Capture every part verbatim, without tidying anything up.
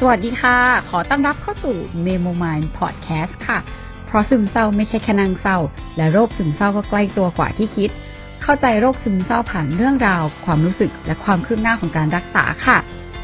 สวัสดีค่ะขอต้อนรับเข้าสู่ Memo Mind Podcast ค่ะเพราะซึมเศร้าไม่ใช่แค่นางเศร้าและโรคซึมเศร้าก็ใกล้ตัวกว่าที่คิดเข้าใจโรคซึมเศร้าผ่านเรื่องราวความรู้สึกและความคืบหน้าของการรักษาค่ะ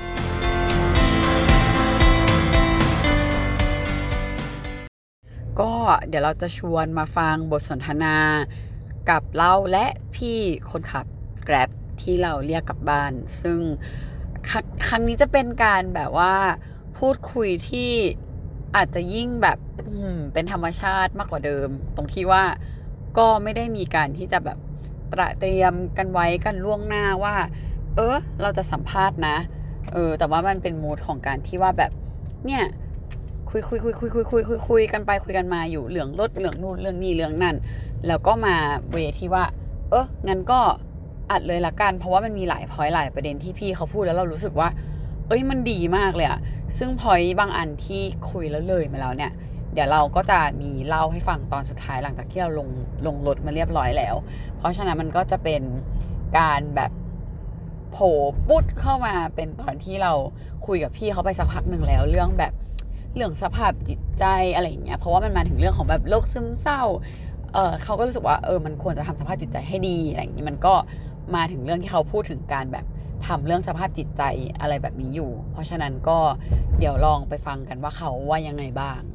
ก็เดี๋ยวเราจะชวนมาฟังบทสนทนากับเราและพี่คนขับ Grab ที่เราเรียกกลับบ้านซึ่งครั้งนี้จะเป็นการแบบว่าพูดคุยที่อาจจะยิ่งแบบเป็นธรรมชาติมากกว่าเดิมตรงที่ว่าก็ไม่ได้มีการที่จะแบบตระเตรียมกันไว้กันล่วงหน้าว่าเออเราจะสัมภาษณ์นะเออแต่ว่ามันเป็นมูดของการที่ว่าแบบเนี่ยคุยคุยคุยคุยคุยคุยคุยคุยกันไปคุยกันมาอยู่เรื่องรถเรื่องนู่นเรื่องนี้เรื่องนั่นแล้วก็มาเวที่ว่าเอองั้นก็อัดเลยละกันเพราะว่ามันมีหลายพอยต์หลายประเด็นที่พี่เขาพูดแล้วเรารู้สึกว่าเอ้ยมันดีมากเลยอะซึ่งพอยต์บางอันที่คุยแล้วเลยมาแล้วเนี่ยเดี๋ยวเราก็จะมีเล่าให้ฟังตอนสุดท้ายหลังจากที่เราลงลงรถมาเรียบร้อยแล้วเพราะฉะนั้นมันก็จะเป็นการแบบโผล่ปุ๊ดเข้ามาเป็นตอนที่เราคุยกับพี่เขาไปสักพักหนึ่งแล้วเรื่องแบบเรื่องสภาพจิตใจอะไรอย่างเงี้ยเพราะว่ามันมาถึงเรื่องของแบบโรคซึมเศร้าเออเขาก็รู้สึกว่าเออมันควรจะทำสภาพจิตใจให้ดีอะไรอย่างนี้มันก็มาถึงเรื่องที่เขาพูดถึงการแบบทำเรื่องสภาพจิตใจอะไรแบบนี้อยู่เพราะฉะนั้นก็เดี๋ยวลองไปฟังกันว่าเขาว่ายังไงบ้าง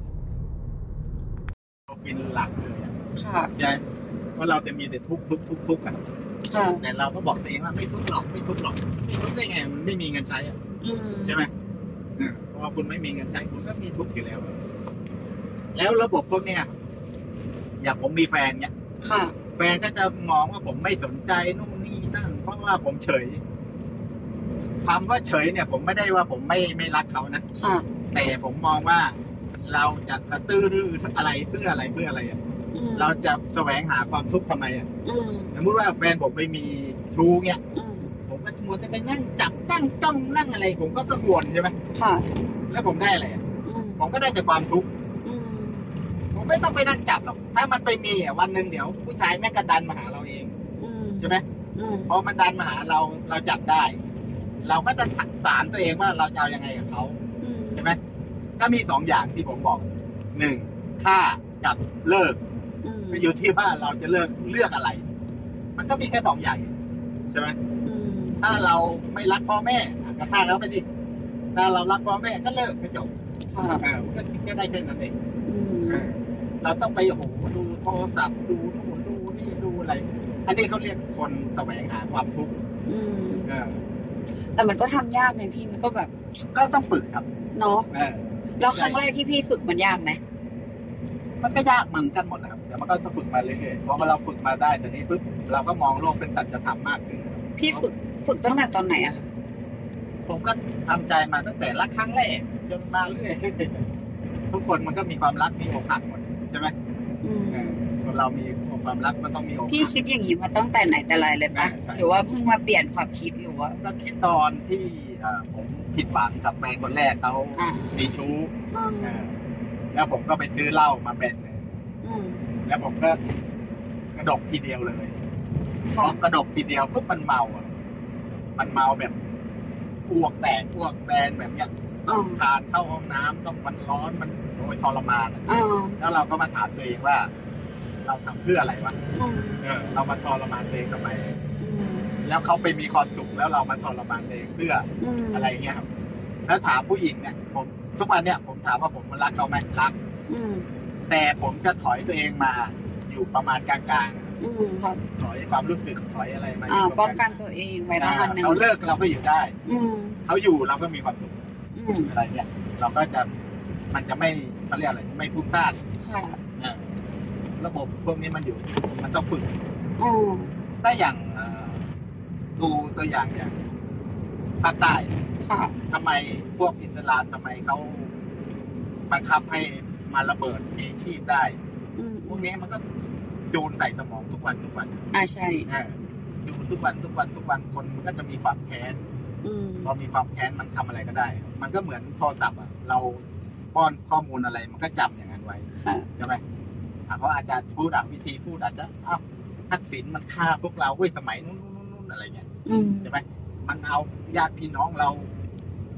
เป็นหลักเลยค่ะใช่ว่าเราจะมีแต่ทุกทุกทุกทุกอ่ะแต่เราก็บอกตัวเองว่าไม่ทุกหรอกไม่ทุกหรอกไม่ทุกได้ไงมันไม่มีเงินใช้อ่ะใช่ไหมเพราะว่าคุณไม่มีเงินใช้คุณก็มีทุกอยู่แล้วแล้วระบบพวกเนี้ยอย่างผมมีแฟนเนี้ยแฟนก็จะมองว่าผมไม่สนใจนู่นนี่นั่นเพราะว่าผมเฉยคำว่าเฉยเนี่ยผมไม่ได้ว่าผมไม่ไม่รักเขานะแต่ผมมองว่าเราจะกระตื้อรืออะไรเพื่ออะไรเพื่ออะไรอ่ะเราจะแสวงหาความทุกข์ทำไมอ่ะสมมติว่าแฟนผมไม่มีชู้เงี้ยผมก็มัวแต่ไปนั่งจับตั้งจ้องนั่งอะไรผมก็กังวลใช่ไหมค่ะแล้วผมได้อะไรอ่ะผมก็ได้แต่ความทุกข์ผมไม่ต้องไปนั่งจับหรอกถ้ามันไปมีอ่ะวันหนึ่งเดี๋ยวผู้ชายแม่งกระดันมาหาเราเองใช่ไหมพอมันดันมาหาเราเราจับได้เราก็จะถามตัวเองว่าเราจะเอายังไงกับเขาใช่ไหมก็มีสองอย่างที่ผมบอกหนึ่งฆ่ากับเลิกก็อยู่ที่ว่าเราจะเลิกเลือกอะไรมันก็มีแค่สองอย่างใช่ไหมถ้าเราไม่รักพ่อแม่ก็ฆ่าเขาไปดิถ้าเรารักพ่อแม่ก็เลิกก็จบก็แค่ได้แค่นั้นเองเราต้องไปโอ้โหดูโทรศัพท์ดูนู่นดูนี่ดูอะไรอันนี้เขาเรียกคนแสวงหาความทุกข์แต่มันก็ทำยากไงพี่มันก็แบบก็ต้องฝึกครับเนาะแล้วครั้งแรกที่พี่ฝึกมันยากไหมมันก็ยากเหมือนกันหมดแหละครับแต่มันก็ต้องฝึกมาเรื่อยๆพอเราฝึกมาได้ตอนนี้ปุ๊บเราก็มองโลกเป็นสัจธรรมมากขึ้นพี่ฝึกฝึกตั้งแต่ตอนไหนอะคะผมก็ทำใจมาตั้งแต่รักครั้งแรกจนมาเรื่อยทุกคนมันก็มีความรักมีอกหักหมดใช่ไหมคนเรามีความรักมันต้องมีอกหักพี่คิดอย่างนี้มาตั้งแต่ไหนแต่ไรเลยปะหรือว่าเพิ่งมาเปลี่ยนความคิดหรือว่าก็คิดตอนที่ผมผิดหวังกับแฟนคนแรกเขาตีชู้แล้วผมก็ไปซื้อเหล้ามาเป็นแล้วผมก็กระดกทีเดียวเลยพอกระดกทีเดียวปุ๊บมันเมาอ่ะมันเมาแบบอ้วกแตกอ้วกแบนแบบเนี้ยต้องทานเข้าห้องน้ำต้องมันร้อนมันโอ้ยทรมานแล้วเราก็มาถามตัวเองว่าเราทำเพื่ออะไรวะเออเรามาทรมานตัวเองทำไมแล้วเขาไปมีความสุขแล้วเรามาทรมานตัวเองเพื่ออะไรเงี้ยครับแล้วถามผู้หญิงเนี่ยผมทุกวันเนี่ยผมถามว่าผมรักเขาไหมรักแต่ผมจะถอยตัวเองมาอยู่ประมาณกลางๆถอยความรู้สึกถอยอะไรมาป้องกันตัวเองไว้ประมาณนึงเขาเลิกเราก็อยู่ได้เขาอยู่เราก็มีความสุขอะไรเนี่ยเราก็จะมันจะไม่เขาเรียกอะไรไม่ฟุ้งซ่านระบบพวกนี้มันอยู่มันต้องฝึกถ้าอย่างดูตัวอย่างอย่างภาคใต้ทำไมพวกอิสลามทำไมเขาบังคับให้มาระเบิดที่ชีพได้พวกนี้มันก็จูนใส่สมองทุกวันทุกวันอ่าใช่จูนทุกวันทุกวันทุกวันคนมันก็จะมีความแค้นพอมีความแค้นมันทำอะไรก็ได้มันก็เหมือนโทรศัพท์อ่ะเราป้อนข้อมูลอะไรมันก็จำอย่างนั้นไว้ใช่ไหมเขาอาจจะพูดอ่ะวิธีพูดอาจจะอ้าวทักษิณมันฆ่าพวกเราเว้ยสมัยนู้นนู้นอะไรเงี้ยใช่ไหมมันเอาญาติพี่น้องเรา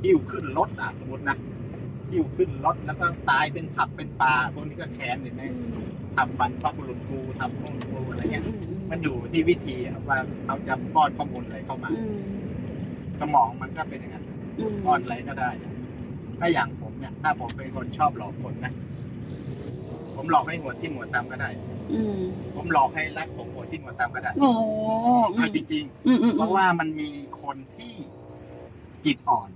หิ้วขึ้นรถอ่ะสมมตินะหิ้วขึ้นรถแล้วก็ตายเป็นผับเป็นปลาพวกนี้ก็แค้นเห็นไหมทำบันพับบุรุษกูทำห้องกูอะไรเงี้ยมันอยู่ที่วิธีว่าเขาจะป้อนข้อมูลอะไรเข้ามาสมองมันก็เป็นอย่างนั้นป้อนอะไรก็ได้ก็อย่างผมเนี่ยถ้าผมเป็นคนชอบหลอกคนนะผมหลอกให้หัวที่หัวตามก็ได้ผมหลอกให้รักผมหัวที่หัวตามก็ได้โอ้จริงจริงเพราะว่ามันมีคนที่จิตอ่อน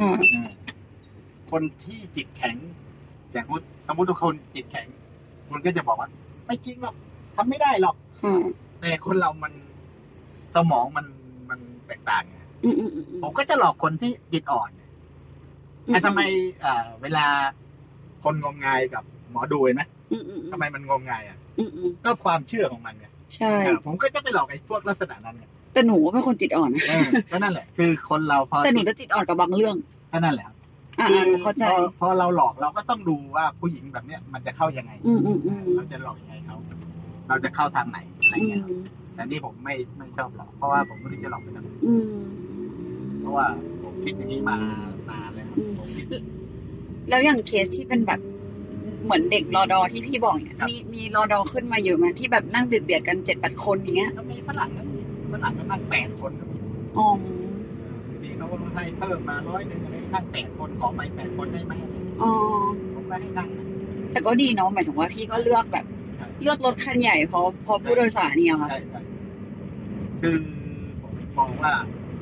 คนที่จิตแข็งอย่างสมมติทุกคนจิตแข็งคุณก็จะบอกว่าไม่จริงหรอกทำไม่ได้หรอกแต่คนเรามันสมองมันมันแตกต่างไงผมก็จะหลอกคนที่จิตอ่อนแต่ทำไมเวลาคนงมงายกับหมอดูเห็นไหมทำไมมันงมงายอ่ะก็ความเชื่อของมันไงใช่ผมก็จะไปหลอกไอ้พวกลักษณะนั้นไงแต่หนูเป็นคนจิตอ่อนก็นั่นแหละคือคนเราพอแต่หนูจะจิตอ่อนกับบางเรื่องก็นั่นแหละคือเข้าใจพอเราหลอกเราก็ต้องดูว่าผู้หญิงแบบเนี้ยมันจะเข้ายังไงเราจะหลอกยังไงเขาเราจะเข้าทางไหนอะไรเงี้ยแต่นี่ผมไม่ไม่ชอบหลอกเพราะว่าผมไม่ได้จะหลอกไปทางเพราะว่าผมคิดอย่างนี้มานานแล้วแล้วอย่างเคสที่เป็นแบบเหมือนเด็กรอดอที่พี่บอกเนี่ยมีมีรอดอขึ้นมาเยอะไหมที่แบบนั่งเบียดเบียดกันเจ็ดแปดคนอย่างเงี้ยก็มีฝรั่งก็มีฝรั่งก็นั่งแปดคนก็มีอ๋อมีเขาก็ให้เพิ่มมาร้อยหนึ่งอะไรนั่งแปดคนขอไปแปดคนได้ไหมอ๋อผมก็ให้นั่งแต่ก็ดีเนาะหมายถึงว่าพี่ก็เลือกแบบเลือกรถคันใหญ่เพราะเพราะผู้โดยสารเนี่ยค่ะใช่ใช่คือผมมองว่า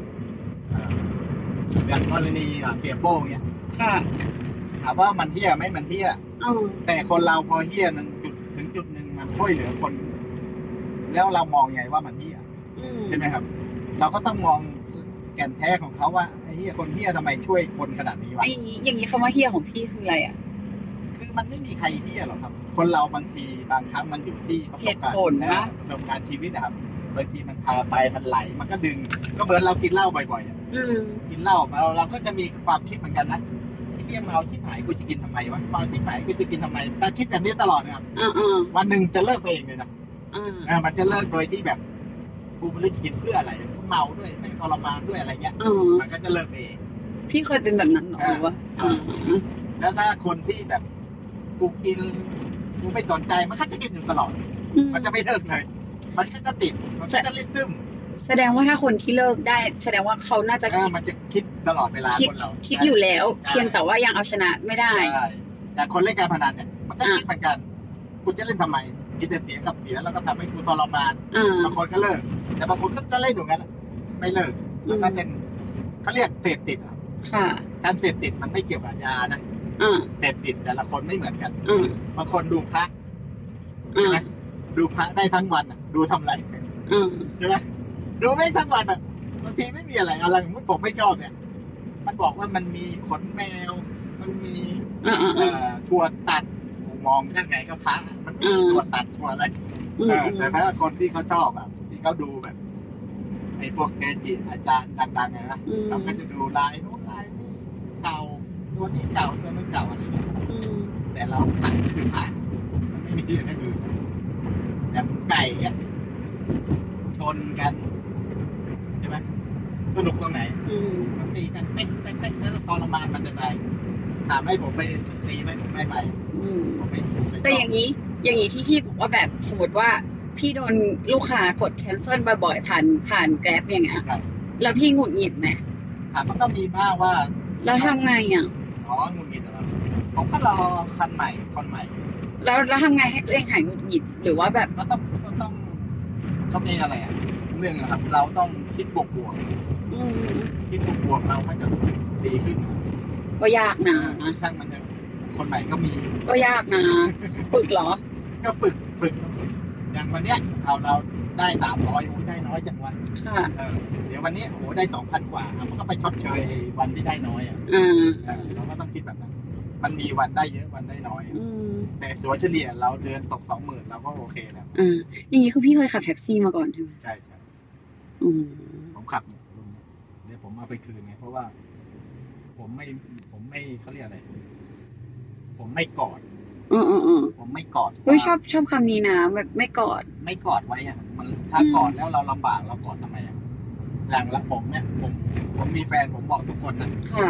อย่างกรณีเสียโป้งเนี่ยค่ะถามว่ามันเหี้ยไหมมันเหี้ยแต่คนเราพอเหี้ยนึงจุดถึงจุดหนึ่งมันช่วยเหลือคนแล้วเรามองไงว่ามันเหี้ยใช่ไหมครับเราก็ต้องมองแก่นแท้ของเขาว่าไอ้เหี้ยคนเหี้ยทำไมช่วยคนขนาดนี้วะอย่างนี้อย่างนี้คำว่าเหี้ยของพี่คืออะไรอ่ะคือมันไม่มีใครเหี้ยหรอกครับคนเราบางทีบางครั้งมันอยู่ที่ประสบการณ์นะประสบการณ์ชีวิตนะครับบางทีมันพาไปมันไหลมันก็ดึงก็เหมือนเรากินเหล้าบ่อยๆกินเหล้าเราเราก็จะมีความคิดเหมือนกันนะเที่ยเมาชิบหายกูจะกินทำไมวะเมาชิบหายกูจะกินทำไมแต่คิดแบบนี้ตลอดนะครับวันหนึ่งจะเลิกเองเลยนะมันจะเลิกโดยที่แบบกูไม่รู้จะกินเพื่ออะไรเมาด้วยไม่ทรมานด้วยอะไรเงี้ยมันก็จะเลิกเองพี่เคยเป็นแบบนั้นหรอวะแล้วถ้าคนที่แบบกูกินกูไม่สนใจมันก็จะกินอยู่ตลอดมันจะไม่เลิกเลยมันก็จะติดมันก็จะเล่นซึมแสดงว่าถ้าคนที่เลิกได้แสดงว่าเขาน่าจะคิดมันจะคิดตลอดเวลาคนเราคิดอยู่แล้วเพียงแต่ว่ายังเอาชนะไม่ได้แต่คนเล่นการพนันเนี่ยมันก็คิดเหมือนกันกูจะเล่นทำไมกินแต่เสียกับเสียแล้วก็ทำให้กูทรมานบางคนก็เลิกแต่บางคนก็จะเล่นอยู่งั้นไม่เลิกมันก็เป็นเขาเรียกเสพติดค่ะการเสพติดมันไม่เกี่ยวกับยานะเสพติดแต่ละคนไม่เหมือนกันบางคนดูพระใช่ไหมดูพระได้ทั้งวันดูทำไรใช่ไหมดูไม่ทั้งวันอ่ะบางทีไม่มีอะไรอะไรมุดผมไม่ชอบเนี่ยมันบอกว่ามันมีขนแมวมันมีถั่วตัดมองข้างไหนก็พระมันมีถั่วตัดถั่วอะไรแต่ถ้าคนที่เขาชอบอ่ะที่เขาดูแบบไอ้พวกเกจิอาจารย์ดังๆไงนะเขาก็จะดูลายนู้นลายนี้เก่าตัวนี้เก่าตัวนู้นเก่าอะไรอย่างเงี้ยแต่เราผ่านคือผ่านมันไม่มีที่ไหนอื่นอย่างไก่เนี่ยชนกันใช่ไหมสนุกตรงไหนมันตีกันเป๊ะเป๊ะเป๊ะแล้วทรมานมันจะไปถามให้ผมไปตีไหมผมไม่ไปผมไม่แต่อย่างนี้อย่างนี้ที่พี่บอกว่าแบบสมมติว่าพี่โดนลูกค้ากดแคนเซิลบ่อยๆผ่านผ่านแกร็บอย่างเงี้ยแล้วพี่หงุดหงิดไหมถามมันก็มีบ้างว่าแล้วทำไงอ่ะอ๋อหงุดหงิดเหรอผมก็รอคันใหม่คนใหม่แล้วแล้วทำไงให้ตัวเองหายหงุดหงิดหรือว่าแบบก็ต้องก็ต้องต้องมีอะไรอ่ะเรื่องนะครับเราต้องคิดบวกบวกคิดบวกบวกเราก็จะรู้สึกดีขึ้นก็ยากนะช่างมันเถอะคนใหม่ก็มีก็ยากนะฝึกเหรอก็ฝึกฝึกอย่างวันเนี้ยเอาเราได้สามร้อยโอ้ได้น้อยจังวะค่ะเดี๋ยววันนี้โอ้ได้สองพันกว่ามันก็ไปชดเชยวันที่ได้น้อยอ่ะเราก็ต้องคิดแบบนั้นมันมีวันได้เยอะวันได้น้อยแต่ส่วนเฉลี่ยเราเดือนตกสองหมื่นเราก็โอเคแล้วอ่าอย่างนี้คือพี่เคยขับแท็กซี่มาก่อนใช่ไหมใช่ใช่ผมขับเดี๋ยวผมเอาไปคืนไงเพราะว่าผมไม่ผมไม่เขาเรียกอะไรผมไม่กอดอืออืออือผมไม่กอดเฮ้ยชอบชอบคำนี้นะแบบไม่กอดไม่กอดไว้อ่ะมันถ้ากอดแล้วเราลำบากเรากอดทำไมอ่ะอย่างละผมเนี่ยผมผมมีแฟนผมบอกทุกคนนะค่ะ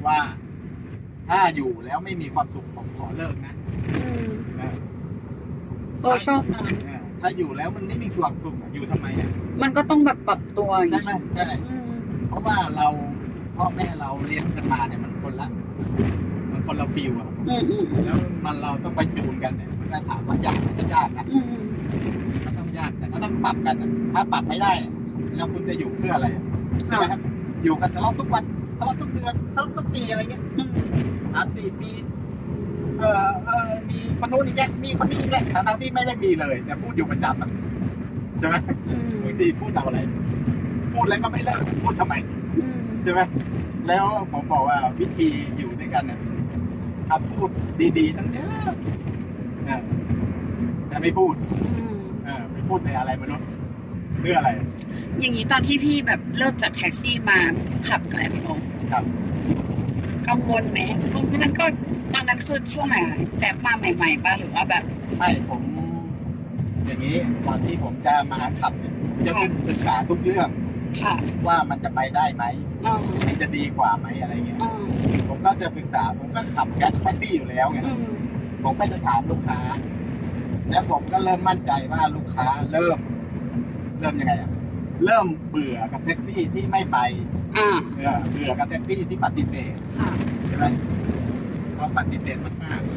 ว่าถ้าอยู่แล้วไม่มีความสุขผมขอเลิกนะอืมเออก็ชอบนะเออถ้าอยู่แล้วมันไม่มีความสุขอะอยู่ทำไมอ่ะมันก็ต้องแบบปรับตัวอย่างใช่นี้ไหมใช่อืมเพราะว่าเราพ่อแม่เราเลี้ยงกันมาเนี่ยมันคนละมันคนละฟีลอะอืมอืมแล้วมันเราต้องไปจูนกันเนี่ยมันก็ถามว่ายากมันก็ยากนะอืมมันต้องยากแต่ก็ต้องปรับกันนะถ้าปรับไม่ได้แล้วคุณจะอยู่เพื่ออะไรอะใช่ไหมครับอยู่กันทะเลาะทุกวันทะเลาะทุกเดือนทะเลาะทุกปีอะไรเงี้ยอืมสามสี่ปีเออเออมีคนนู้นอีกแยมีคนนี้อีกแหละทั้งๆที่ไม่ได้มีเลยแต่พูดอยู่ประจำอะใช่ไหมอืมบางทีพูดเอาอะไร พูดแล้วก็ไม่เลิกพูดทำไมอืมใช่ไหมแล้วผมบอกว่าวิธีอยู่ด้วยกันเนี่ยคำพูดดีๆตั้งเยอะเออแต่ไม่พูดอืมเออไม่พูดในอะไรมนุษย์เพื่ออะไรอย่างนี้ตอนที่พี่แบบเลิกจากแท็กซี่มาขับแกร็บลงครับกังวลไหมมันก็ตอนนั้นคือช่วงไหนแกร็บมาใหม่ๆป่ะหรือว่าแบบไม่ผม อย่างนี้ตอนที่ผมจะมาขับเนี่ยจะศึกษาทุกเรื่องค่ะว่ามันจะไปได้ไหมอ๋อมันจะดีกว่าไหมอะไรเงี้ยอ๋อผมก็จะศึกษาผมก็ขับแก๊สแท็กซี่อยู่แล้วไงอืมผมก็จะถามลูกค้า แล้วผมก็เริ่มมั่นใจว่าลูกค้าเริ่ม เริ่มยังไงอะเริ่มเบื่อกับแท็กซี่ที่ไม่ไปอ่าเออเบื่อกับแท็กซี่ที่ปฏิเสธค่ะใช่ไหมเพราะปฏิเสธมากๆ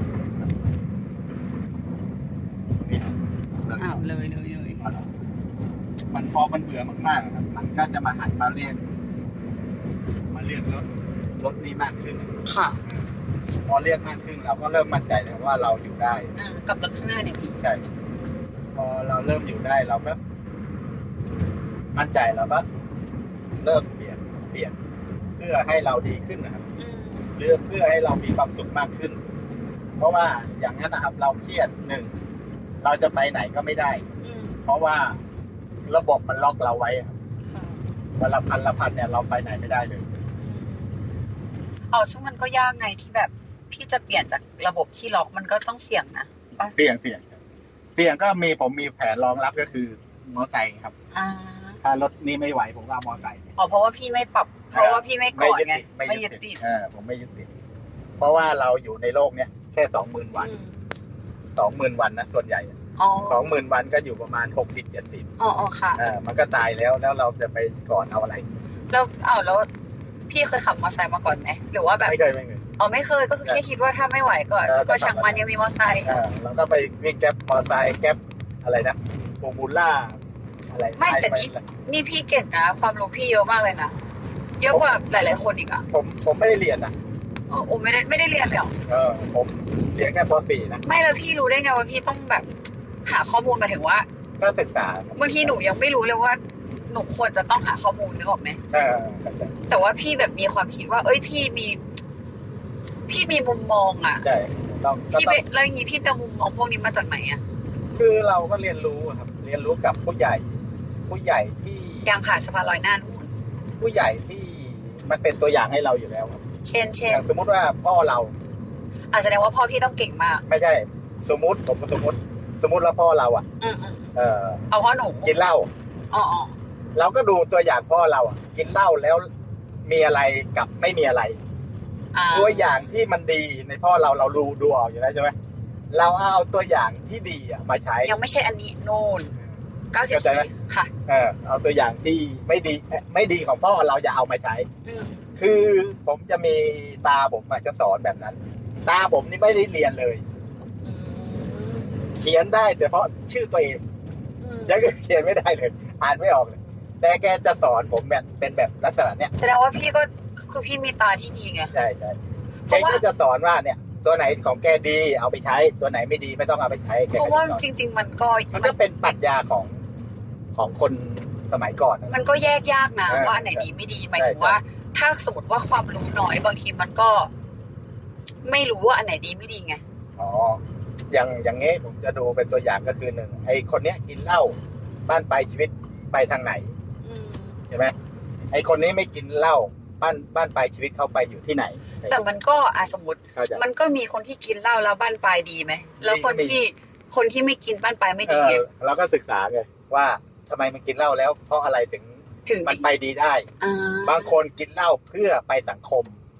นี่เริ่มอ้าวเลยเลยเลยเอาละมันพอมันเบื่อมากๆนะครับมันก็จะมาหันมาเรียกมาเรียกรถรถนี้มากขึ้นค่ะพอเรียกมากขึ้นเราก็เริ่มมั่นใจแล้วว่าเราอยู่ได้อ่ากับรถข้างหน้าเนี่ยพี่ใช่ พอเราเริ่มอยู่ได้เราก็มั่นใจเราก็เริ่มเปลี่ยนเปลี่ยน เพื่อให้เราดีขึ้นนะครับอืมเรื่องเพื่อให้เรามีความสุขมากขึ้น เพราะว่าอย่างนั้นนะครับ เราเครียดหนึ่งเราจะไปไหนก็ไม่ได้อืมเพราะว่าระบบมันล็อกเราไว้ครับค่ะวันละพันละพันเนี่ยเราไปไหนไม่ได้เลยอ๋อซึ่งมันก็ยากไงที่แบบพี่จะเปลี่ยนจากระบบที่ล็อกมันก็ต้องเสี่ยงนะป่ะเสี่ยงเสี่ยงครับเสี่ยงก็มีผมมีแผนรองรับก็คือมอเตอร์ไซค์ครับอ่าถ้ารถนี้ไม่ไหวผมก็เอามอเตอร์ไซค์อ๋อเพราะว่าพี่ไม่ปรับ เพราะว่าพี่ไม่กอดไงไม่ไม่ยึยึดดติติดดเออผมไม่ยึดติด เพราะว่าเราอยู่ในโลกเนี้ยแค่สองหมื่นวันอืมสองหมื่นวันนะส่วนใหญ่อ๋อสองหมื่นวันก็อยู่ประมาณหกสิบเจ็ดสิบอ๋ออ๋อค่ะเออมันก็ตายแล้วแล้วเราจะไปก่อนเอาอะไรแล้วอ้าวแล้วพี่เคยขับมอเตอร์ไซค์มาก่อนไหมหรือว่าแบบไม่เคยไม่เคยอ๋อไม่เคยก็คือแค่คิดว่าถ้าไม่ไหวก็เออก็ช่างมันยังมีมอเตอร์ไซค์เออเราก็ไปวิ่งแก๊ปมอเตอร์ไซค์แก๊ปอะไรนะโฟมูล่าอะไรไม่แต่นี่นี่พี่เก่งนะความรู้พี่เยอะมากเลยนะเยอะกว่าหลายๆคนอีกอ่ะผมผมไม่ได้เรียนอ่ะโอ้โอ้ไม่ได้ไม่ได้เรียนเลยเหรอเออผมเรียนแค่ป .สี่ นะไม่แล้วพี่รู้ได้ไงว่าพี่ต้องแบบหาข้อมูลมาถึงว่าก็ศึกษาบางทีหนูยังไม่รู้เลยว่าหนูควรจะต้องหาข้อมูลนึกออกไหมเออเข้าใจแต่ว่าพี่แบบมีความคิดว่า เอ้ยพี่มี พี่มีมุมมองอ่ะใช่ต้องก็พี่ต้ไปองแล้วอย่างนี้พี่ไปเอามุมมองพวกนี้มาจากไหนอ่ะคือเราก็เรียนรู้อะครับ เรียนรู้กับผู้ใหญ่ ผู้ใหญ่ที่ยางขาดสะพานลอยหน้านู่นผู้ใหญ่ที่มันเป็นตัวอย่างให้เราอยู่แล้วครับเช่นเช่อน ย่างสมมุติว่าพ่อเราอาจจะแสดงว่าพ่อพี่ต้องเก่งมากไม่ใช่ สมมุติผมสมมุติสมมุติว่าพ่อเราอ่ะอืมอืมเออเอาพ่อหนูกินเหล้าอ๋ออ๋อเราก็ดูตัวอย่างพ่อเราอ่ะ กินเหล้าแล้วมีอะไรกับไม่มีอะไรอ่าตัวอย่างที่มันดีในพ่อเราเราดูดูออกอยู่แล้วใช่ไหมเราเอาตัวอย่างที่ดีอ่ะมาใช้ยังไม่ใช่อันนี้นู่นเก้าสิบเข้าใจไหมสี่ค่ะเออเอาตัวอย่างที่ไม่ดีเอ่อไม่ดีของพ่อเราจะเอามาใช้อืมคือผมจะมีตาผมอาจจะสอนแบบนั้น ตาผมนี่ไม่ได้เรียนเลยอืมเขียนได้แต่เพราะชื่อตัวเองอืมยังเขียนไม่ได้เลย อ่านไม่ออกเลย แต่แกจะสอนผมแบบเป็นแบบลักษณะเนี้ยแสดงว่าพี่ก็คือพี่มีตาที่ดีไงใช่ใช่เพแกราะว่าก็จะสอนว่าเนี่ย ตัวไหนของแกดีเอาไปใช้ ตัวไหนไม่ดีไม่ต้องเอาไปใช้แกเพก็ราะว่าจะสอนจริง ๆ มันก็มันก็เป็นปรัชญาของของคนสมัยก่อนนะมันก็แยกยากนะเออว่าอันไหนดีไม่ดีหมายถึงใช่ว่า ถ้าสมมติว่าความรู้น้อยบางทีมันก็ ไม่รู้ว่าอันไหนดีไม่ดีไงอ๋ออย่างอย่างงี้ผมจะดูเป็นตัวอย่างก็คือหนึ่งไอ้คนเนี้ยกินเหล้าบ้านปลายชีวิตไปทางไหนอืมใช่ไหมไอ้คนนี้ไม่กินเหล้าบ้านบ้านปลายชีวิตเขาไปอยู่ที่ไหนแต่มันก็อ่ะสมมติเข้าใจมันก็มีคนที่กินเหล้าแล้วบ้านปลายดีไหมแล้วคนมีที่คนที่ไม่กินบ้านปลายไม่เอดีอไงเราก็ศึกษาไงว่าทำไมมันกินเหล้าแล้ว เพราะอะไรถึงถึงมันไปดีได้อ่าบางคนกินเหล้าเพื่อไปสังคมอ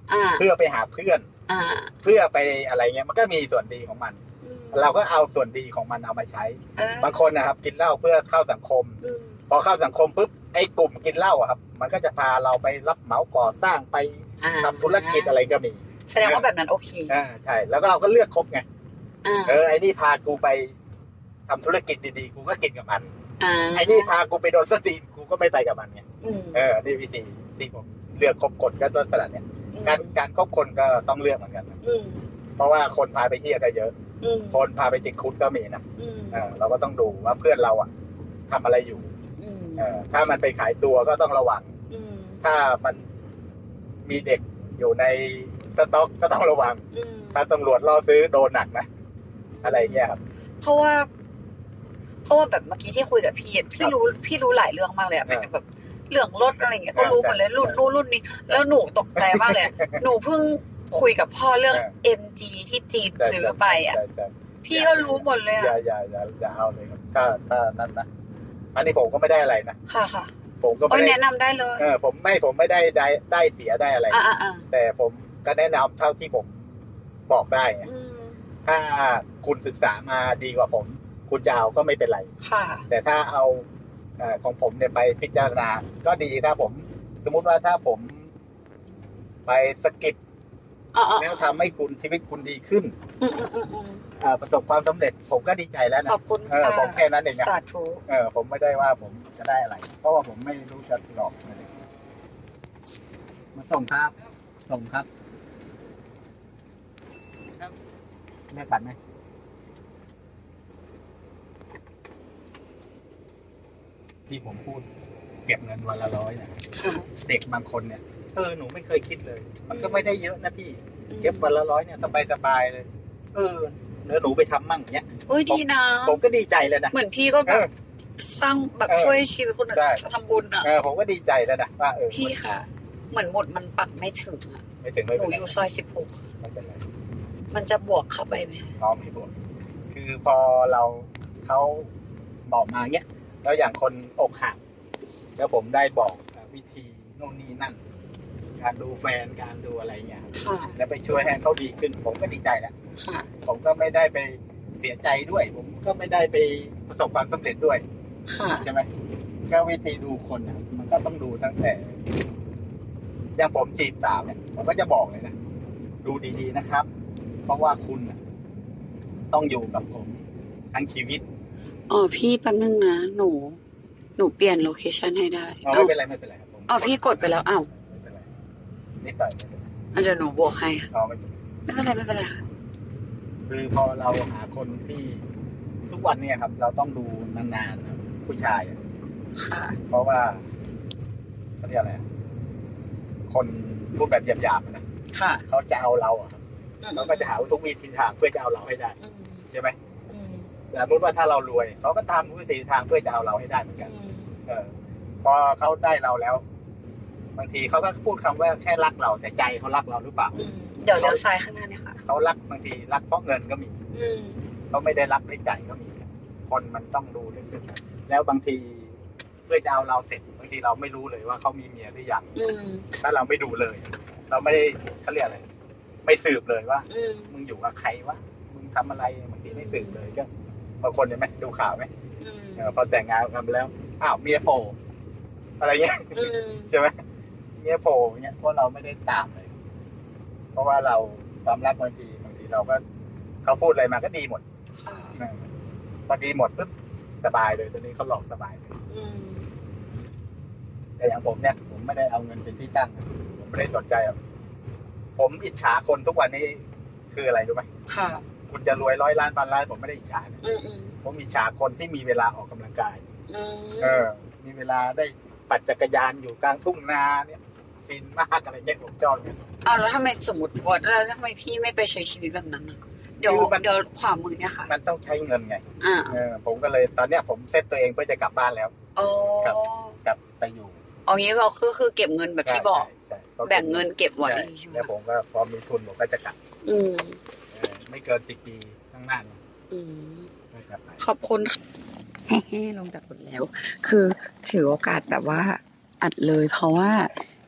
เพื่อไปหาเพื่อนเพื่อไปอะไรเงี้ยมันก็มีส่วนดีของมันเราก็เอาส่วนดีของมันเอามาใช้บางคนนะครับกินเหล้าเพื่อเข้าสังคมพอเข้าสังคมปุ๊บไอ้กลุ่มกินเหล้าครับมันก็จะพาเราไปรับเหมาก่อสร้างไปทำธุรกิจอะไรก็มีแสดงว่าแบบนั้นโอเคอ่าใช่แล้วก็เราก็เลือกคบไงเออไอ้นี่พากูไปทำธุรกิจดีๆกูก็กินกับมันไอ้นี่พากูไปโดนสตีนกูก็ไม่ไปกับมันไงเออนี่วิธีที่ผมเลือกคบคนก็ต้นขนาดเนี้ยการการคบคนก็ต้องเลือกเหมือนกันเพราะว่าคนพาไปเที่ยวก็เยอะคนพาไปติดคุกก็มีนะเออเราก็ต้องดูว่าเพื่อนเราอ่ะทำอะไรอยู่เออถ้ามันไปขายตัวก็ต้องระวังถ้ามันมีเด็กอยู่ในสต็อกก็ต้องระวังถ้าตำรวจล่อซื้อโดนหนักนะอะไรเงี้ยครับเพราะว่าเพราะว่าแบบเมื่อกี้ที่คุยกับพี่พี่รู้พี่รู้หลายเรื่องมากเลยอะแบบเรื่องรถอะไรเงี้ยก็รู้หมดเลยรุ่นนู้นรุ่นนี้แล้วหนูตกใจมากเลยหนูเพิ่งคุยกับพ่อเรื่อง เอ็ม จี ที่จีนซื้อไปอ่ะพี่ก็รู้หมดเลยอ่ะอย่าอย่าอย่าอย่าเอาเลยครับถ้าถ้านั่นนะอันนี้ผมก็ไม่ได้อะไรนะค่ะค่ะผมก็ไม่แนะนำได้เลยเออผมไม่ผมไม่ได้ได้ได้เสียได้อะไรแต่ผมก็แนะนำเท่าที่ผมบอกได้ถ้าคุณศึกษามาดีกว่าผมคุณจะเอาก็ไม่เป็นไรค่ะแต่ถ้าเอาของผมเนี่ยไปพิจารณาก็ดีถ้าผมสมมุติว่าถ้าผมไปสกิดแล้วทำให้คุณชีวิตคุณดีขึ้นประสบความสำเร็จผมก็ดีใจแล้วนะขอบคุณเออผมแค่นั้นเองนะสาธุเออผมไม่ได้ว่าผมจะได้อะไรเพราะว่าผมไม่รู้จะหลอกอะไรมาส่งครับส่งครับแลกบัตรไหมที่ผมพูดเก็บเงินวันละร้อยเนี่ยเด็กบางคนเนี่ยเออหนูไม่เคยคิดเลยมันก็ไม่ได้เยอะนะพี่เก็บวันละร้อยเนี่ยสบายสบายเลยเออเนื้อหนูไปทำมั่งเนี้ยโอ้ยดีนะผมก็ดีใจเลยนะเหมือนพี่ก็แบบสร้างแบบช่วยชีวิตคนอื่นทำบุญอ่ะเออผมก็ดีใจแล้วนะว่าเออพี่ค่ะเหมือนหมดมันปักไม่ถึงอ่ะไม่ถึงหนูอยู่ซอยสิบหกไม่เป็นไรมันจะบวกเข้าไปไหมอ๋อไม่บวกคือพอเราเขาบอกมาเนี้ยแล้วอย่างคนอกหักแล้วผมได้บอกวิธีโน่นนี่นั่นการดูแฟนการดูอะไรเงี้ยแล้วไปช่วยให้เขาดีขึ้นผมก็ดีใจแล้วผมก็ไม่ได้ไปเสียใจด้วยผมก็ไม่ได้ไปประสบความสำเร็จด้วยใช่ไหมก็วิธีดูคนอ่ะมันก็ต้องดูตั้งแต่อย่างผมจีบสาวเนี่ยผมก็จะบอกเลยนะดูดีๆนะครับเพราะว่าคุณต้องอยู่กับผมทั้งชีวิตอ๋อพี่แป๊บนึงนะหนูหนูเปลี่ยนโลเคชั่นให้ได้ไม่เป็นไรไม่เป็นไรครับผมอ๋อพี่กดไปแล้วอ้าวไม่เป็นไรนิดหน่อยอาจจะหนูบวกให้อ๋อไม่เป็นไรไม่เป็นไรคือพอเราหาคนที่ทุกวันเนี่ยครับเราต้องดูนานๆนะผู้ชายค่ะเพราะว่าเขาเรียกอะไรคนพูดแบบหยาบๆนะค่ะเขาจะเอาเราอ่ะเขาก็จะหาทุกวิธีทางเพื่อจะเอาเราให้ได้ใช่ไหมสมมติว่าถ้าเรารวยเขาก็ทำวิธีทางเพื่อจะเอาเราให้ได้เหมือนกันเออพอเขาได้เราแล้วบางทีเขาก็พูดคำว่าแค่รักเราแต่ใจเขารักเราหรือเปล่าเดี๋ยวเลี้ยวซ้ายข้างหน้าเนี่ยค่ะเขารักบางทีรักเพราะเงินก็มีเขาไม่ได้รักด้วยใจก็มีคนมันต้องดูเรื่องนั้นแล้วบางทีเพื่อจะเอาเราเสร็จบางทีเราไม่รู้เลยว่าเขามีเมียหรือยังถ้าเราไม่ดูเลยเราไม่ได้เขาเรียกอะไรไม่สืบเลยว่ามึงอยู่กับใครวะมึงทำอะไรบางทีไม่สืบเลยก็บางคนเห็นไหมดูข่าวไหมพอแต่งงานกันไปแล้วอ้าวเมียโผล่อะไรเงี้ยใช่ไหมเมียโผล่เงี้ยเพราะเราไม่ได้ตามเลยเพราะว่าเราความรักบางทีบางทีเราก็เขาพูดอะไรมาก็ดีหมดพอดีหมดปุ๊บสบายเลยตอนนี้เขาหลอกสบายเลยแต่อย่างผมเนี่ยผมไม่ได้เอาเงินเป็นที่ตั้งผมไม่ได้สนใจอ่ะผมอิจฉาคนทุกวันนี้คืออะไรรู้ไหมค่ะคุณจะรวยร้อยล้านพันล้านผมไม่ได้อิจฉานะผมอิจฉาคนที่มีเวลาออกกำลังกายเออมีเวลาได้ปั่นจักรยานอยู่กลางทุ่งนาเนี่ยฟินมากอะไรเงี้ยผมชอบเนี่ยอ้าวแล้วทำไมสมมติว่าแล้วทำไมพี่ไม่ไปใช้ชีวิตแบบนั้นอ่ะเดี๋ยวเดี๋ยวขวามือเนี่ยค่ะมันต้องใช้เงินไงเออผมก็เลยตอนเนี้ยผมเซตตัวเองเพื่อจะกลับบ้านแล้วโอ้กลับไปอยู่เอางี้เราคือคือเก็บเงินแบบที่บอกแบ่งเงินเก็บไว้แล้วผมก็พอมีทุนผมก็จะกลับอืมไม่เกินสิบปีข้างหน้าอืมขอบคุณให้ลงจากรถแล้วคือถือโอกาสแบบว่าอัดเลยเพราะว่า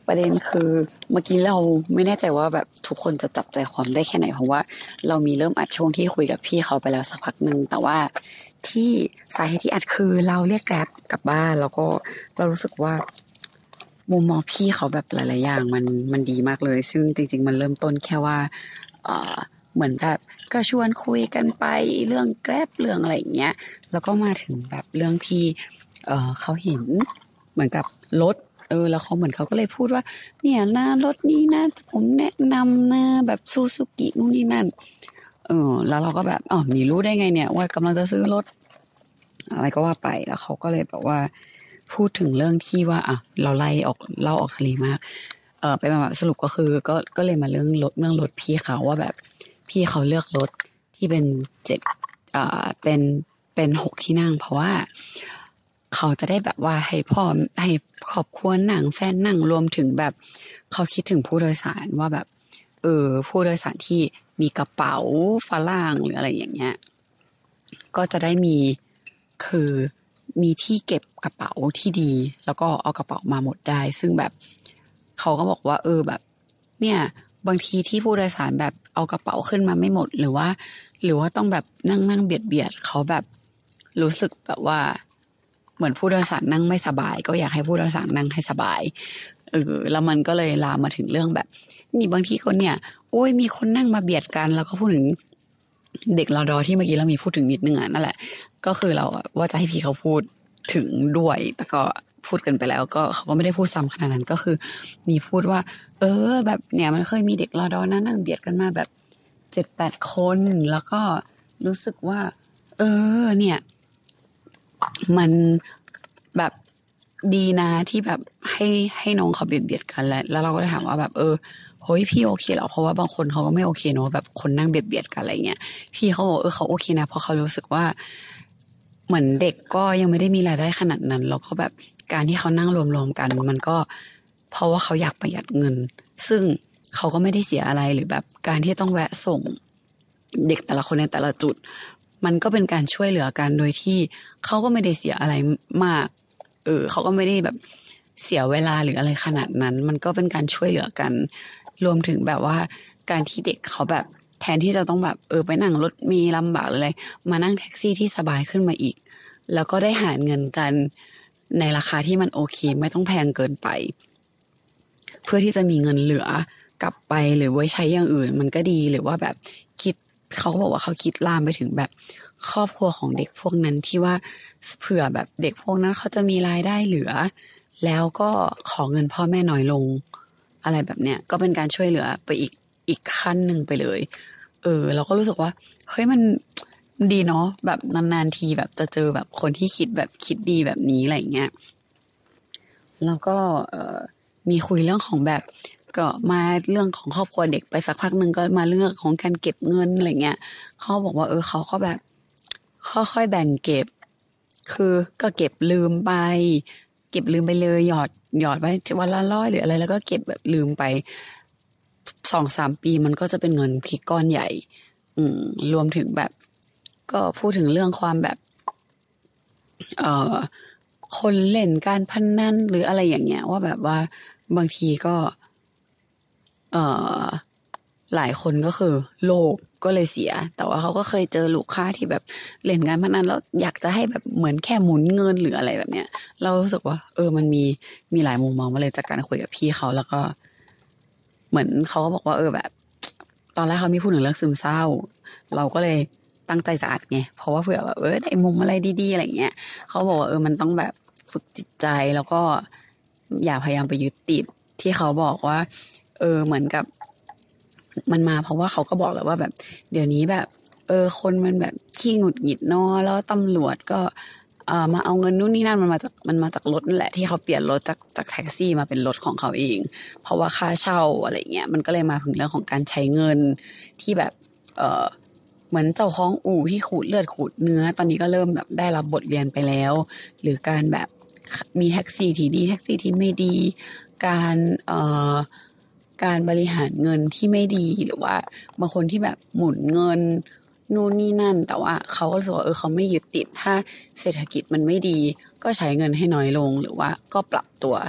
ประเด็นคือเมื่อกี้เราไม่แน่ใจว่าแบบทุกคนจะจับใจความได้แค่ไหนเพราะว่าเรามีเริ่มอัดช่วงที่คุยกับพี่เขาไปแล้วสักพักนึงแต่ว่าที่สาเหตุที่อัดคือเราเรียกแกร็บกลับบ้านแล้วก็เรารู้สึกว่ามุมมองพี่เขาแบบหลายๆอย่างมันมันดีมากเลยซึ่งจริงๆมันเริ่มต้นแค่ว่าเอ่อเหมือนแบบก็ชวนคุยกันไปเรื่องแกร็บเรื่องอะไรอย่างเงี้ยแล้วก็มาถึงแบบเรื่องที่เอ่อเขาเห็นเหมือนกับรถเออแล้วเขาเหมือนเขาก็เลยพูดว่าเนี่ยนะรถนี้นะผมแนะนำนะแบบซูซูกินู่นนี่นั่นเออแล้วเราก็แบบอ๋อมีรู้ได้ไงเนี่ยว่ากำลังจะซื้อรถอะไรก็ว่าไปแล้วเขาก็เลยแบบว่าพูดถึงเรื่องที่ว่าอ่ะเราไล่ออกเล่าออกทะเลมากเออไปมาสรุปก็คือก็ก็เลยมาเรื่องรถเรื่องรถพี่เขาว่าแบบพี่เขาเลือกรถที่เป็นเจ็ดอ่าเป็นเป็นหกที่นั่งเพราะว่าเขาจะได้แบบว่าให้พ่อให้ครอบครัวนั่งแฟนนั่งรวมถึงแบบเขาคิดถึงผู้โดยสารว่าแบบเออผู้โดยสารที่มีกระเป๋าฝรั่งหรืออะไรอย่างเงี้ยก็จะได้มีคือมีที่เก็บกระเป๋าที่ดีแล้วก็เอากระเป๋ามาหมดได้ซึ่งแบบเขาก็บอกว่าเออแบบเนี่ยบางทีที่ผู้โดยสารแบบเอากระเป๋าขึ้นมาไม่หมดหรือว่าหรือว่าต้องแบบนั่งนั่งเบียดเบียดเขาแบบรู้สึกแบบว่าเหมือนผู้โดยสารนั่งไม่สบายก็อยากให้ผู้โดยสารนั่งให้สบายเออแล้วมันก็เลยลามมาถึงเรื่องแบบนี่บางทีคนเนี่ยโอ้ยมีคนนั่งมาเบียดกันแล้วก็พูดถึงเด็กรอดอที่เมื่อกี้เรามีพูดถึงนิดนึงอ่ะนั่นแหละก็คือเราว่าจะให้พี่เขาพูดถึงด้วยแต่ก็พูดกันไปแล้วก็เขาก็ไม่ได้พูดซ้ำขนาดนั้นก็คือมีพูดว่าเออแบบเนี่ยมันเคยมีเด็กรอดอนั่งเบียดกันมาแบบเจ็ดแปดคนแล้วก็รู้สึกว่าเออเนี่ยมันแบบดีนะที่แบบให้ให้น้องเขาเบียดเบียดกันแล้วแล้วเราก็ถามว่าแบบเออเฮ้ยพี่โอเคเหรอเพราะว่าบางคนเขาก็ไม่โอเคเนอะแบบคนนั่งเบียดเบียดกันอะไรเงี้ยพี่เขาบอกเออเขาโอเคนะเพราะเขารู้สึกว่าเหมือนเด็กก็ยังไม่ได้มีรายได้ขนาดนั้นแล้วก็แบบการที่เขานั่งรวมๆกันมันก็เพราะว่าเขาอยากประหยัดเงินซึ่งเขาก็ไม่ได้เสียอะไรหรือแบบการที่ต้องแวะส่งเด็กแต่ละคนในแต่ละจุดมันก็เป็นการช่วยเหลือกันโดยที่เขาก็ไม่ได้เสียอะไรมากเออเขาก็ไม่ได้แบบเสียเวลาหรืออะไรขนาดนั้นมันก็เป็นการช่วยเหลือกันรวมถึงแบบว่าการที่เด็กเขาแบบแทนที่จะต้องแบบเออไปนั่งรถมีลำบากอะไรมานั่งแท็กซี่ที่สบายขึ้นมาอีกแล้วก็ได้หารเงินกันในราคาที่มันโอเคไม่ต้องแพงเกินไปเพื่อที่จะมีเงินเหลือกลับไปหรือไว้ใช้อย่างอื่นมันก็ดีหรือว่าแบบคิดเขาบอกว่าเขาคิดลามไปถึงแบบครอบครัวของเด็กพวกนั้นที่ว่าเผื่อแบบเด็กพวกนั้นเขาจะมีรายได้เหลือแล้วก็ขอเงินพ่อแม่น้อยลงอะไรแบบเนี้ยก็เป็นการช่วยเหลือไปอีกอีกขั้นหนึ่งไปเลยเออเราก็รู้สึกว่าเฮ้ยมันดีเนาะแบบนานๆทีแบบจะเจอแบบคนที่คิดแบบคิดดีแบบนี้อะไรอย่างเงี้ยแล้วก็เอ่อมีคุยเรื่องของแบบก็มาเรื่องของครอบครัวเด็กไปสักพักนึงก็มาเรื่องของการเก็บเงินอะไรเงี้ยเขาบอกว่าเออเขาก็แบบค่อยๆแบ่งเก็บคือก็เก็บลืมไปเก็บลืมไปเลยหยอดหยอดไว้วันละร้อยหรืออะไรแล้วก็เก็บแบบลืมไป สองสาม ปีมันก็จะเป็นเงินพลิกก้อนใหญ่อืมรวมถึงแบบก็พูดถึงเรื่องความแบบเอ่อคนเล่นการพนันหรืออะไรอย่างเงี้ยว่าแบบว่าบางทีก็เอ่อหลายคนก็คือโลภก็เลยเสียแต่ว่าเขาก็เคยเจอลูกค้าที่แบบเล่นการพนันแล้วอยากจะให้แบบเหมือนแค่หมุนเงินหรืออะไรแบบเนี้ยเรารู้สึกว่าเออมันมีมีหลายมุมมองมาเลยจากการคุยกับพี่เขาแล้วก็เหมือนเขาก็บอกว่าเออแบบตอนแรกเขามีพูดถึงเรื่องซึมเศร้าเราก็เลยตั้งใจจะอัดไงเพราะว่าเผื่อแบบเออได้มุมอะไรดีๆอะไรเงี้ยเขาบอกว่าเออมันต้องแบบฝึกจิตใจแล้วก็อย่าพยายามไปยึดติดที่เขาบอกว่าเออเหมือนกับมันมาเพราะว่าเขาก็บอกแล้วว่าแบบเดี๋ยวนี้แบบเออคนมันแบบขี้หงุดหงิดเนาะแล้วตำรวจก็เอ่อมาเอาเงินนู่นนี่นั่นมันมาจากมันมาจากรถนั่นแหละที่เขาเปลี่ยนรถจากจากแท็กซี่มาเป็นรถของเขาเองเพราะว่าค่าเช่าอะไรเงี้ยมันก็เลยมาถึงเรื่องของการใช้เงินที่แบบเออเหมือนเจ้าของอู่ที่ขูดเลือดขูดเนื้อตอนนี้ก็เริ่มแบบได้รับบทเรียนไปแล้วหรือการแบบมีแท็กซี่ที่ดีแท็กซี่ที่ไม่ดีการเอ่อการบริหารเงินที่ไม่ดีหรือว่าบางคนที่แบบหมุนเงินนู่นนี่นั่นแต่ว่าเขาก็รู้สึกว่าเออเขาไม่ยึดติดถ้าเศรษฐกิจมันไม่ดีก็ใช้เงินให้น้อยลงหรือว่าก็ปรับตัวให้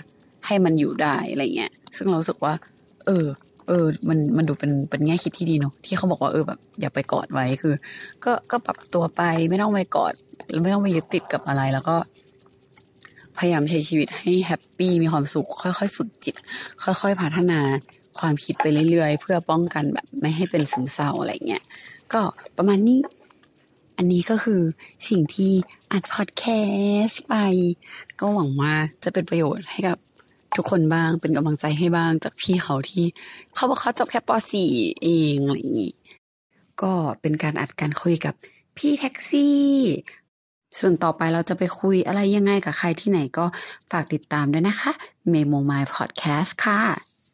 ให้มันอยู่ได้อะไรเงี้ยซึ่งเรารู้สึกว่าเออเออมันมันดูเป็นเป็นแง่คิดที่ดีเนาะที่เขาบอกว่าเออแบบอย่าไปกอดไว้คือก็ก็ปรับตัวไปไม่ต้องไปกอดไม่ต้องไปยึดติดกับอะไรแล้วก็พยายามใช้ชีวิตให้แฮปปี้มีความสุขค่อยๆฝึกจิตค่อยๆพัฒนาความคิดไปเรื่อยๆเพื่อป้องกันแบบไม่ให้เป็นซึมเศร้าอะไรเงี้ยก็ประมาณนี้อันนี้ก็คือสิ่งที่อัดพอดแคสต์ไปก็หวังว่าจะเป็นประโยชน์ให้กับทุกคนบ้างเป็นกำลังใจให้บ้างจากพี่เขาที่เขาบอกเขาจบแค่ป .สี่ เองอะไรอย่างนี้ก็เป็นการอัดการคุยกับพี่แท็กซี่ส่วนต่อไปเราจะไปคุยอะไรยังไงกับใครที่ไหนก็ฝากติดตามด้วยนะคะ Memo My Podcast ค่ะ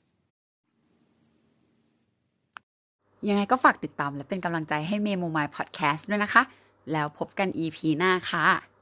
ยังไงก็ฝากติดตามและเป็นกำลังใจให้ Memo My Podcast ด้วยนะคะแล้วพบกัน อี พี หน้าค่ะ